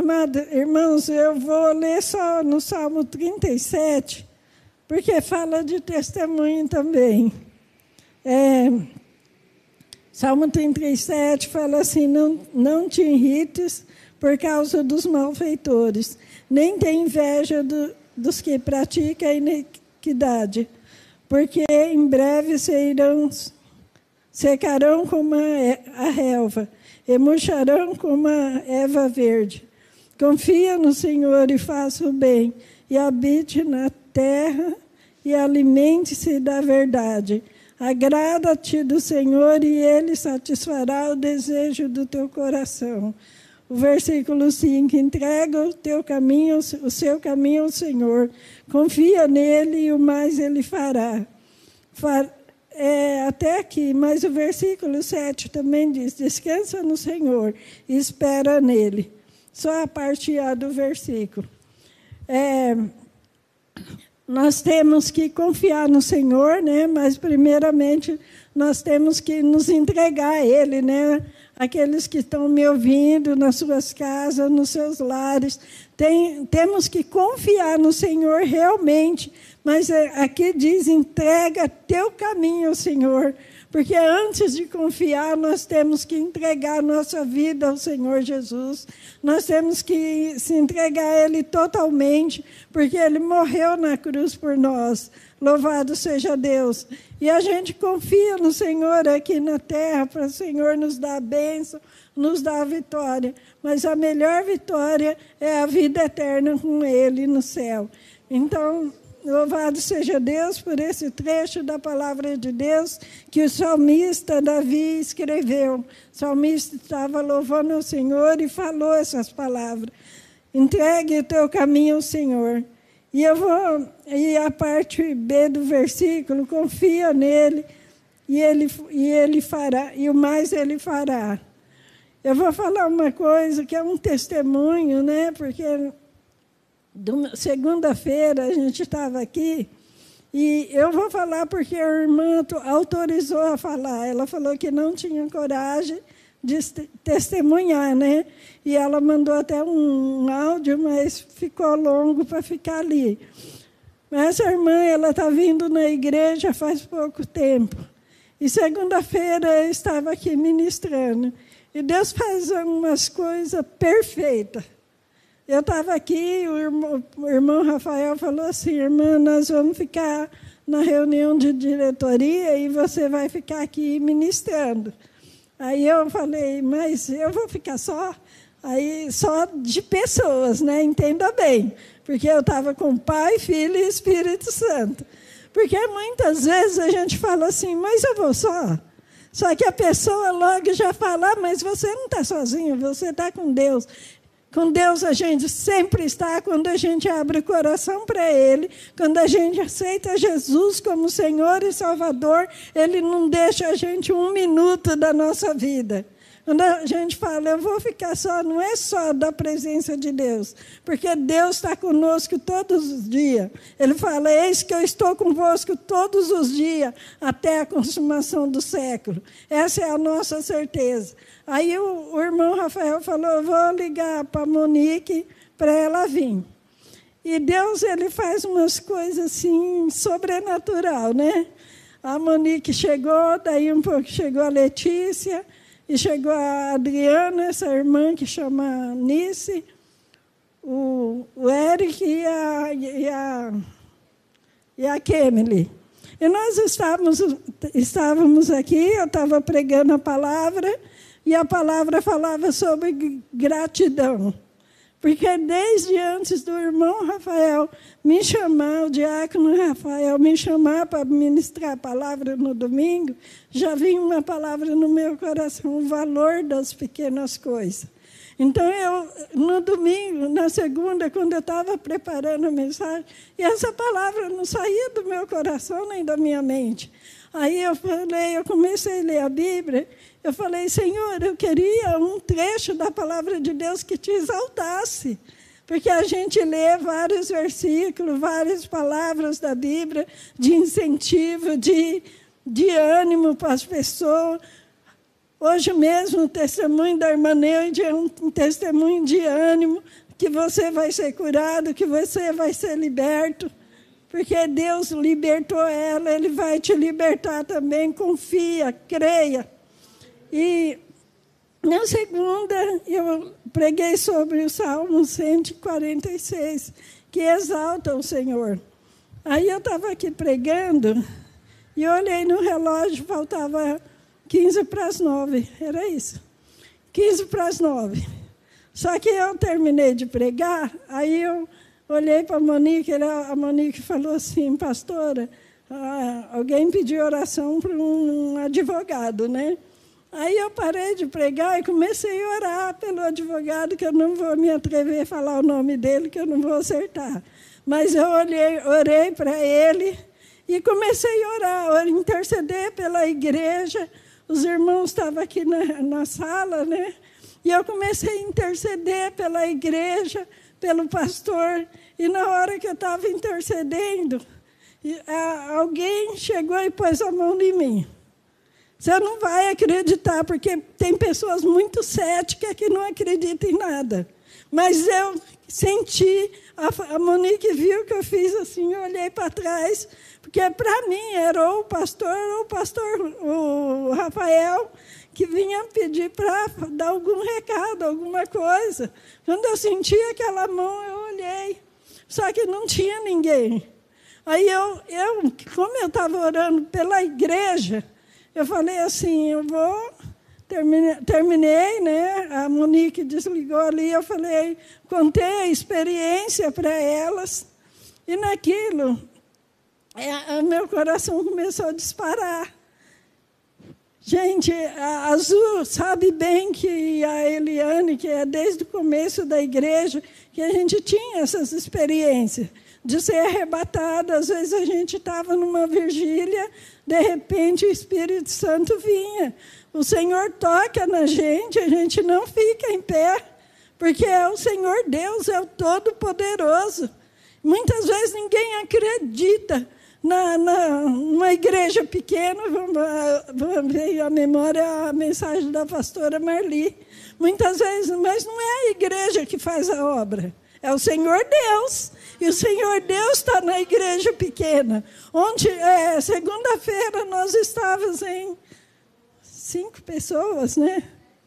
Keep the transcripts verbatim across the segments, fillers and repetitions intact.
Amados irmãos, eu vou ler só no Salmo trinta e sete, porque fala de testemunho também. É, Salmo trinta e sete fala assim: não, não te irrites por causa dos malfeitores, nem tem inveja do, dos que praticam a iniquidade, porque em breve serão, secarão como a, a relva, e murcharão como a erva verde. Confia no Senhor e faça o bem, e habite na terra e alimente-se da verdade. Agrada-te do Senhor e Ele satisfará o desejo do teu coração. O versículo cinco, entrega o teu caminho, o seu caminho ao Senhor. Confia nele e o mais Ele fará. É, até aqui, mas o versículo sete também diz, descansa no Senhor e espera nele. Só a parte A do versículo. É, nós temos que confiar no Senhor, né? Mas primeiramente nós temos que nos entregar a Ele, né? Aqueles que estão me ouvindo nas suas casas, nos seus lares, tem, temos que confiar no Senhor realmente, mas aqui diz, entrega teu caminho ao Senhor, porque antes de confiar, nós temos que entregar nossa vida ao Senhor Jesus, nós temos que se entregar a Ele totalmente, porque Ele morreu na cruz por nós. Louvado seja Deus. E a gente confia no Senhor aqui na terra, para o Senhor nos dar a bênção, nos dar a vitória. Mas a melhor vitória é a vida eterna com Ele no céu. Então, louvado seja Deus por esse trecho da palavra de Deus que o salmista Davi escreveu. O salmista estava louvando ao Senhor e falou essas palavras. Entregue o teu caminho ao Senhor. E eu vou, e a parte B do versículo, confia nele e ele, e ele fará, e o mais ele fará. Eu vou falar uma coisa que é um testemunho, né? Porque segunda-feira a gente estava aqui, e eu vou falar porque a irmã autorizou a falar. Ela falou que não tinha coragem de testemunhar, né? E ela mandou até um áudio, mas ficou longo para ficar ali. Mas essa irmã, ela está vindo na igreja faz pouco tempo. E segunda-feira eu estava aqui ministrando. E Deus faz umas coisas perfeitas. Eu estava aqui, o irmão, o irmão Rafael falou assim, irmã, nós vamos ficar na reunião de diretoria e você vai ficar aqui ministrando. Aí eu falei, mas eu vou ficar só, aí, só de pessoas, né? Entenda bem, porque eu estava com Pai, Filho e Espírito Santo. Porque muitas vezes a gente fala assim, mas eu vou só. Só que a pessoa logo já fala, ah, mas você não está sozinho, você está com Deus. Com Deus a gente sempre está quando a gente abre o coração para Ele, quando a gente aceita Jesus como Senhor e Salvador, Ele não deixa a gente um minuto da nossa vida. Quando a gente fala, eu vou ficar só, não é só da presença de Deus, porque Deus está conosco todos os dias. Ele fala, eis que eu estou convosco todos os dias, até a consumação do século. Essa é a nossa certeza. Aí o, o irmão Rafael falou, eu vou ligar para a Monique para ela vir. E Deus, ele faz umas coisas assim, sobrenatural, né? A Monique chegou, daí um pouco chegou a Letícia, e chegou a Adriana, essa irmã que chama Nice, o, o Eric e a, e a, e a Kemily. E nós estávamos, estávamos aqui, eu estava pregando a palavra, e a palavra falava sobre gratidão. Porque desde antes do irmão Rafael me chamar, o diácono Rafael me chamar para ministrar a palavra no domingo, já vinha uma palavra no meu coração, o valor das pequenas coisas. Então, eu, no domingo, na segunda, quando eu estava preparando a mensagem, e essa palavra não saía do meu coração nem da minha mente. Aí eu falei, eu comecei a ler a Bíblia, eu falei, Senhor, eu queria um trecho da palavra de Deus que te exaltasse. Porque a gente lê vários versículos, várias palavras da Bíblia de incentivo, de, de ânimo para as pessoas. Hoje mesmo, o testemunho da irmã Neide é um testemunho de ânimo, que você vai ser curado, que você vai ser liberto, porque Deus libertou ela, Ele vai te libertar também. Confia, creia. E na segunda, eu preguei sobre o Salmo cento e quarenta e seis, que exalta o Senhor. Aí eu estava aqui pregando, e eu olhei no relógio, faltava quinze para as nove, era isso. quinze para as nove. Só que eu terminei de pregar, aí eu olhei para a Monique, a Monique falou assim, pastora, ah, alguém pediu oração para um advogado, né? Aí eu parei de pregar e comecei a orar pelo advogado, que eu não vou me atrever a falar o nome dele, que eu não vou acertar. Mas eu olhei, orei para ele e comecei a orar, a interceder pela igreja. Os irmãos estavam aqui na, na sala, né? E eu comecei a interceder pela igreja, pelo pastor. E na hora que eu estava intercedendo, alguém chegou e pôs a mão em mim. Você não vai acreditar, porque tem pessoas muito céticas que não acreditam em nada. Mas eu senti, a Monique viu que eu fiz assim, eu olhei para trás, porque para mim era ou o pastor, ou o pastor o Rafael, que vinha pedir para dar algum recado, alguma coisa. Quando eu senti aquela mão, eu olhei, só que não tinha ninguém. Aí, eu, eu como eu estava orando pela igreja, eu falei assim, eu vou... Terminei, terminei, né? A Monique desligou ali, eu falei, contei a experiência para elas, e naquilo, é, meu coração começou a disparar. Gente, a Azul sabe bem que a Eliane, que é desde o começo da igreja, que a gente tinha essas experiências de ser arrebatada. Às vezes a gente estava numa vigília, de repente o Espírito Santo vinha. O Senhor toca na gente, a gente não fica em pé, porque é o Senhor Deus, é o Todo-Poderoso. Muitas vezes ninguém acredita. Na, na, numa igreja pequena, vamos ver a memória, a mensagem da pastora Marli. Muitas vezes, mas não é a igreja que faz a obra, é o Senhor Deus. E o Senhor Deus está na igreja pequena. Ontem, é, segunda-feira, nós estávamos em cinco pessoas, né?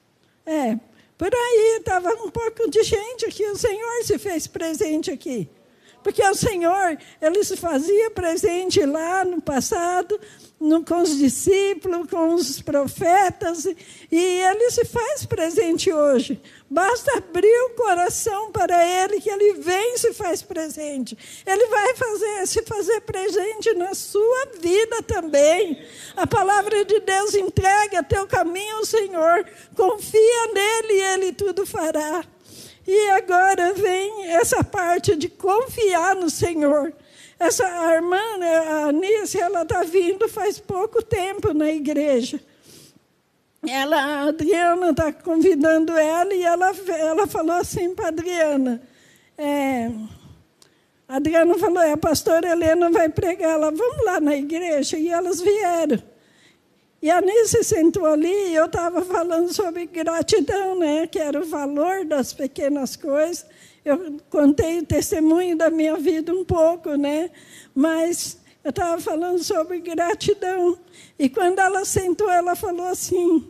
É, por aí, estava um pouco de gente aqui, o Senhor se fez presente aqui. Porque o Senhor, Ele se fazia presente lá no passado, no, com os discípulos, com os profetas, e Ele se faz presente hoje. Basta abrir o coração para Ele, que Ele vem e se faz presente. Ele vai fazer, se fazer presente na sua vida também. A palavra de Deus entrega teu caminho ao Senhor, confia nele e Ele tudo fará. E agora vem essa parte de confiar no Senhor. Essa a irmã, a Anice, ela está vindo faz pouco tempo na igreja. Ela, a Adriana está convidando ela e ela, ela falou assim para a Adriana. É, a Adriana falou, a pastora Helena vai pregar, ela, vamos lá na igreja. E elas vieram. E a Anice sentou ali e eu estava falando sobre gratidão, né? Que era o valor das pequenas coisas. Eu contei o testemunho da minha vida um pouco, né? Mas eu estava falando sobre gratidão. E quando ela sentou, ela falou assim,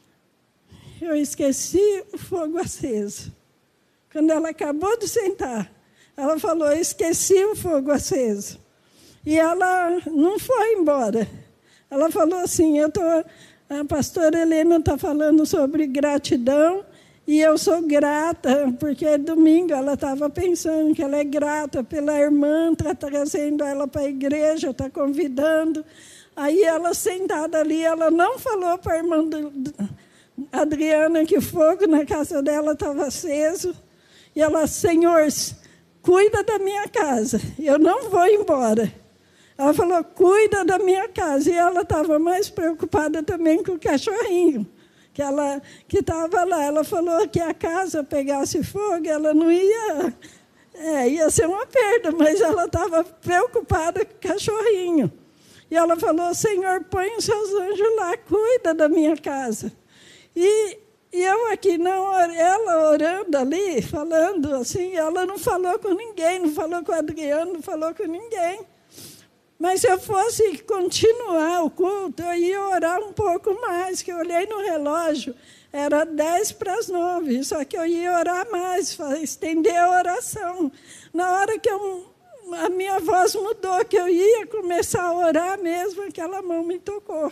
eu esqueci o fogo aceso. Quando ela acabou de sentar, ela falou, eu esqueci o fogo aceso. E ela não foi embora. Ela falou assim, eu tô, a pastora Helena está falando sobre gratidão, e eu sou grata, porque domingo ela estava pensando que ela é grata pela irmã, está trazendo ela para a igreja, está convidando. Aí ela sentada ali, ela não falou para a irmã do, Adriana que o fogo na casa dela estava aceso. E ela, Senhor, cuida da minha casa, eu não vou embora. Ela falou, cuida da minha casa. E ela estava mais preocupada também com o cachorrinho, que ela que estava lá. Ela falou que a casa pegasse fogo, ela não ia... É, ia ser uma perda, mas ela estava preocupada com o cachorrinho. E ela falou, Senhor, põe os seus anjos lá, cuida da minha casa. E, e eu aqui, não, ela orando ali, falando assim, ela não falou com ninguém, não falou com o Adriano, não falou com ninguém. Mas se eu fosse continuar o culto, eu ia orar um pouco mais, que eu olhei no relógio, era dez para as nove, só que eu ia orar mais, estender a oração. Na hora que eu, a minha voz mudou, que eu ia começar a orar mesmo, aquela mão me tocou.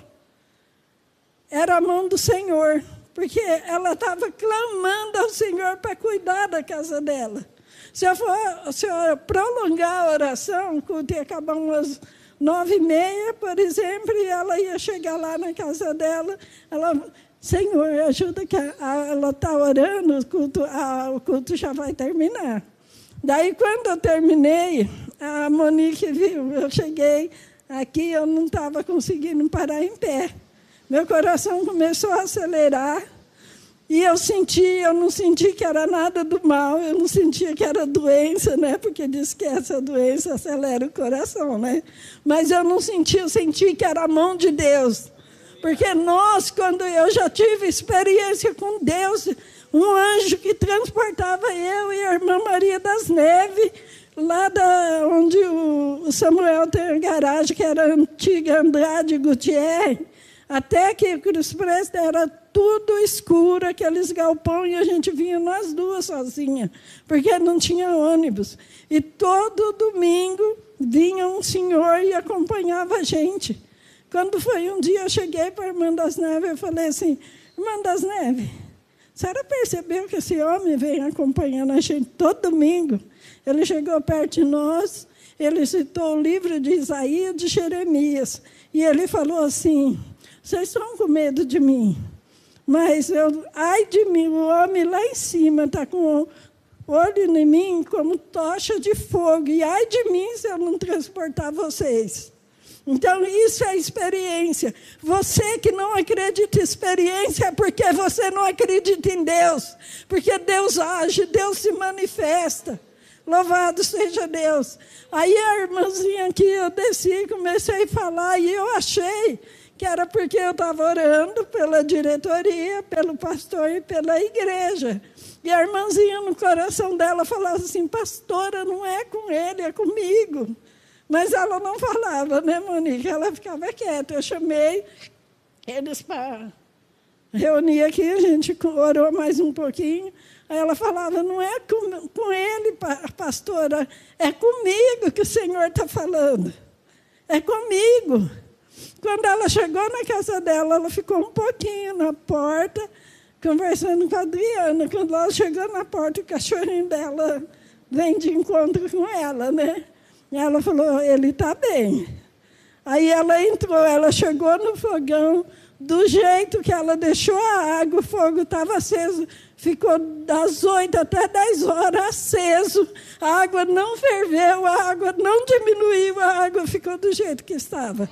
Era a mão do Senhor, porque ela estava clamando ao Senhor para cuidar da casa dela. Se eu, for, se eu prolongar a oração, o culto ia acabar umas nove e meia, por exemplo, e ela ia chegar lá na casa dela, ela, Senhor, ajuda que a, a, ela está orando, o culto, a, o culto já vai terminar. Daí, quando eu terminei, a Monique viu, eu cheguei aqui, eu não estava conseguindo parar em pé. Meu coração começou a acelerar. E eu senti, eu não senti que era nada do mal, eu não sentia que era doença, né? Porque diz que essa doença acelera o coração, né? Mas eu não senti, eu senti que era a mão de Deus. Porque nós, quando eu já tive experiência com Deus, um anjo que transportava eu e a irmã Maria das Neves, lá da, onde o Samuel tem a garagem, que era a antiga Andrade Gutierrez, até que o Cruz Presta era tudo escuro, aqueles galpões, e a gente vinha nós duas sozinhas, porque não tinha ônibus. E todo domingo vinha um senhor e acompanhava a gente. Quando foi um dia, eu cheguei para a irmã das Neves e falei assim, irmã das Neves, a senhora percebeu que esse homem vem acompanhando a gente todo domingo? Ele chegou perto de nós, ele citou o livro de Isaías e de Jeremias, e ele falou assim, vocês estão com medo de mim, mas eu, ai de mim, o homem lá em cima está com o olho em mim como tocha de fogo, e ai de mim se eu não transportar vocês. Então, isso é experiência. Você que não acredita em experiência é porque você não acredita em Deus, porque Deus age, Deus se manifesta. Louvado seja Deus. Aí a irmãzinha aqui, eu desci, comecei a falar, e eu achei que era porque eu estava orando pela diretoria, pelo pastor e pela igreja. E a irmãzinha no coração dela falava assim, pastora, não é com ele, é comigo. Mas ela não falava, né, Monique? Ela ficava quieta. Eu chamei eles para reunir aqui, a gente orou mais um pouquinho. Aí ela falava, não é com, com ele, pastora, é comigo que o Senhor está falando. É comigo. Quando ela chegou na casa dela, ela ficou um pouquinho na porta, conversando com a Adriana. Quando ela chegou na porta, o cachorrinho dela vem de encontro com ela, né? E ela falou, ele está bem. Aí ela entrou, ela chegou no fogão, do jeito que ela deixou a água, o fogo estava aceso, ficou das oito até dez horas aceso, a água não ferveu, a água não diminuiu, a água ficou do jeito que estava.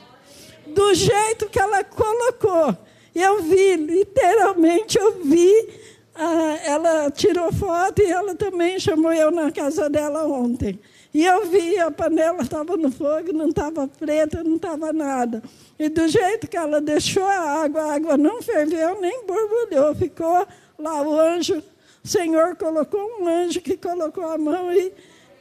Do jeito que ela colocou. Eu vi, literalmente, eu vi, ah, ela tirou foto e ela também chamou eu na casa dela ontem. E eu vi, a panela estava no fogo, não estava preta, não estava nada. E do jeito que ela deixou a água, a água não ferveu, nem borbulhou. Ficou lá o anjo, o Senhor colocou um anjo que colocou a mão e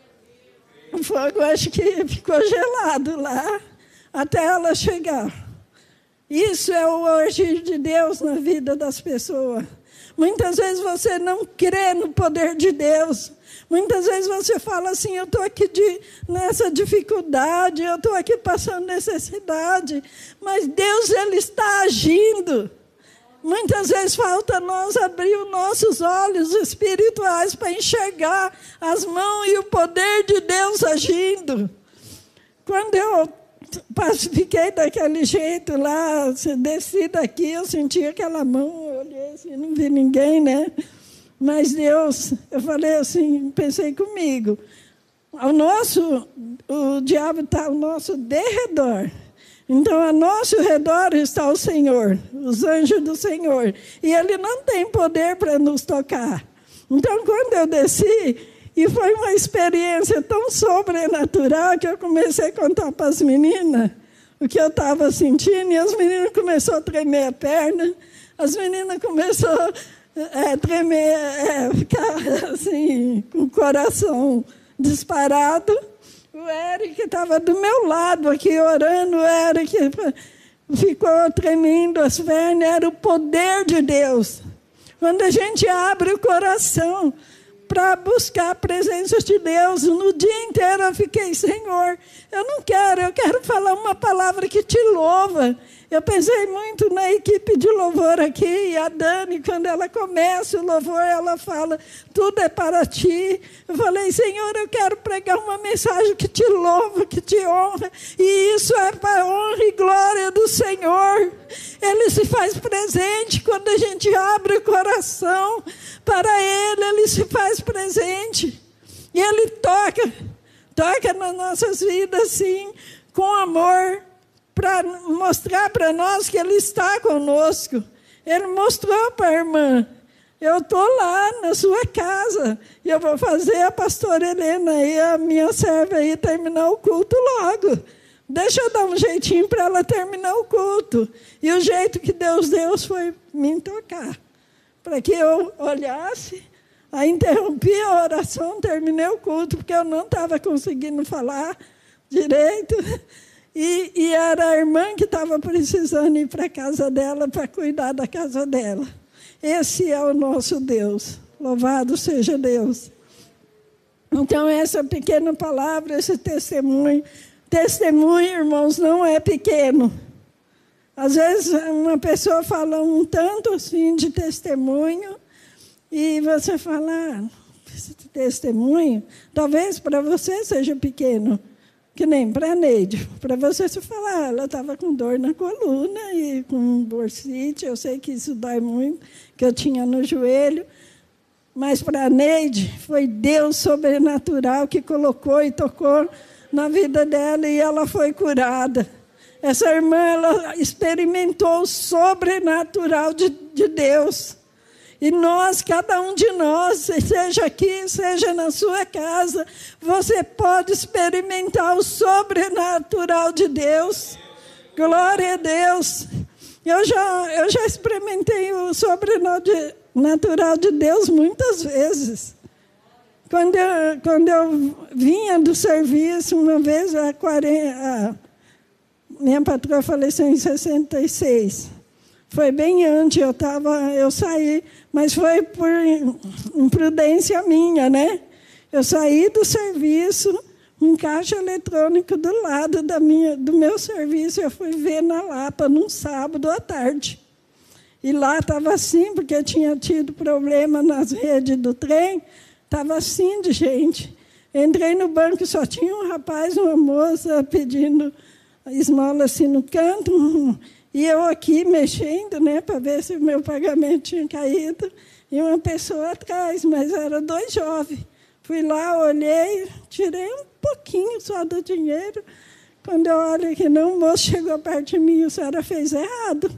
o fogo, acho que ficou gelado lá, até ela chegar. Isso é o agir de Deus na vida das pessoas. Muitas vezes você não crê no poder de Deus. Muitas vezes você fala assim, eu estou aqui de, nessa dificuldade, eu estou aqui passando necessidade, mas Deus, Ele está agindo. Muitas vezes falta nós abrir os nossos olhos espirituais para enxergar as mãos e o poder de Deus agindo. Quando eu fiquei daquele jeito lá, desci daqui, eu senti aquela mão, eu olhei assim, não vi ninguém, né? Mas Deus, eu falei assim, pensei comigo, ao nosso, o diabo está ao nosso derredor. Então, ao nosso redor está o Senhor, os anjos do Senhor. E Ele não tem poder para nos tocar. Então, quando eu desci, e foi uma experiência tão sobrenatural que eu comecei a contar para as meninas o que eu estava sentindo, e as meninas começaram a tremer a perna. As meninas começaram a tremer, é, ficar assim, com o coração disparado. O Eric estava do meu lado aqui orando, o Eric ficou tremendo as pernas, era o poder de Deus. Quando a gente abre o coração para buscar a presença de Deus, no dia inteiro eu fiquei, Senhor, eu não quero, eu quero falar uma palavra que te louva. Eu pensei muito na equipe de louvor aqui, e a Dani, quando ela começa o louvor, ela fala, tudo é para ti. Eu falei, Senhor, eu quero pregar uma mensagem que te louva, que te honra, e isso é para a honra e glória do Senhor. Ele se faz presente quando a gente abre o coração para Ele, Ele se faz presente. E Ele toca, toca nas nossas vidas, sim, com amor, para mostrar para nós que Ele está conosco. Ele mostrou para a irmã, eu estou lá na sua casa, e eu vou fazer a pastora Helena e a minha serva aí terminar o culto logo. Deixa eu dar um jeitinho para ela terminar o culto. E o jeito que Deus deu foi me tocar, para que eu olhasse, aí interrompi a oração, terminei o culto, porque eu não estava conseguindo falar direito. E, e era a irmã que estava precisando ir para a casa dela para cuidar da casa dela. Esse é o nosso Deus. Louvado seja Deus. Então, essa pequena palavra, esse testemunho. Testemunho, irmãos, não é pequeno. Às vezes, uma pessoa fala um tanto assim de testemunho e você fala, ah, esse testemunho, talvez para você seja pequeno. Que nem para a Neide. Para você, se falar, ela estava com dor na coluna e com bursite, eu sei que isso dói muito, que eu tinha no joelho. Mas para a Neide, foi Deus sobrenatural que colocou e tocou na vida dela e ela foi curada. Essa irmã, ela experimentou o sobrenatural de, de Deus. E nós, cada um de nós, seja aqui, seja na sua casa, você pode experimentar o sobrenatural de Deus. Glória a Deus. Eu já, eu já experimentei o sobrenatural de Deus muitas vezes. Quando eu, quando eu vinha do serviço, uma vez, a quarenta, a minha patroa faleceu em sessenta e seis. Foi bem antes, eu, tava, eu saí, mas foi por imprudência minha, né? Eu saí do serviço, um caixa eletrônico do lado da minha, do meu serviço, eu fui ver na Lapa, num sábado à tarde. E lá estava assim, porque tinha tido problema nas redes do trem, estava assim de gente. Entrei no banco, só tinha um rapaz, uma moça pedindo esmola assim no canto, e eu aqui mexendo, né, para ver se o meu pagamento tinha caído, e uma pessoa atrás, mas eram dois jovens. Fui lá, olhei, tirei um pouquinho só do dinheiro. Quando eu olho que não, o moço chegou perto de mim, a senhora fez errado.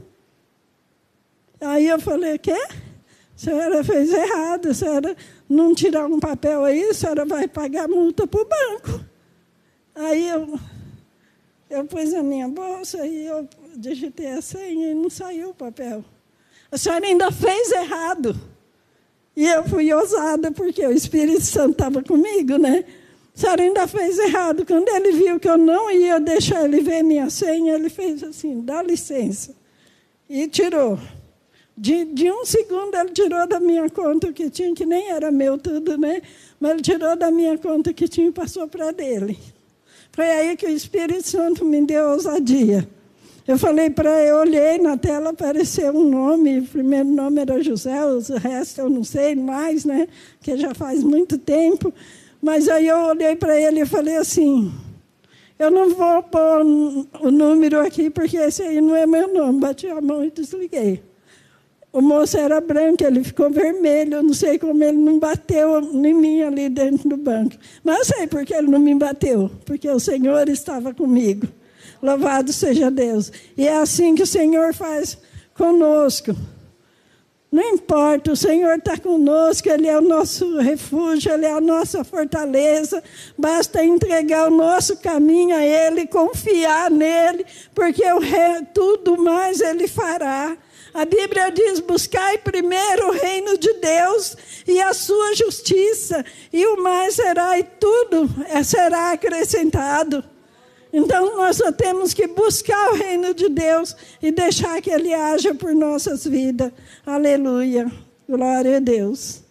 Aí eu falei, o quê? A senhora fez errado, a senhora não tirar um papel aí, a senhora vai pagar multa para o banco. Aí eu, eu pus a minha bolsa e eu digitei a senha e não saiu o papel. A senhora ainda fez errado. E eu fui ousada, porque o Espírito Santo estava comigo, né? A senhora ainda fez errado. Quando ele viu que eu não ia deixar ele ver minha senha, ele fez assim, dá licença. E tirou. De, de um segundo, ele tirou da minha conta o que tinha, que nem era meu tudo, né? Mas ele tirou da minha conta o que tinha e passou para dele. Foi aí que o Espírito Santo me deu ousadia. Eu falei para ele, eu olhei na tela, apareceu um nome, o primeiro nome era José, o resto eu não sei mais, né? Porque já faz muito tempo. Mas aí eu olhei para ele e falei assim, eu não vou pôr o número aqui, porque esse aí não é meu nome. Bati a mão e desliguei. O moço era branco, ele ficou vermelho, eu não sei como ele não bateu em mim ali dentro do banco. Mas eu sei porque ele não me bateu, porque o Senhor estava comigo. Louvado seja Deus. E é assim que o Senhor faz conosco. Não importa, o Senhor está conosco, Ele é o nosso refúgio, Ele é a nossa fortaleza. Basta entregar o nosso caminho a Ele, confiar nele, porque o re... tudo mais Ele fará. A Bíblia diz, buscai primeiro o reino de Deus e a sua justiça, e o mais será, e tudo será acrescentado. Então, nós só temos que buscar o reino de Deus e deixar que Ele haja por nossas vidas. Aleluia. Glória a Deus.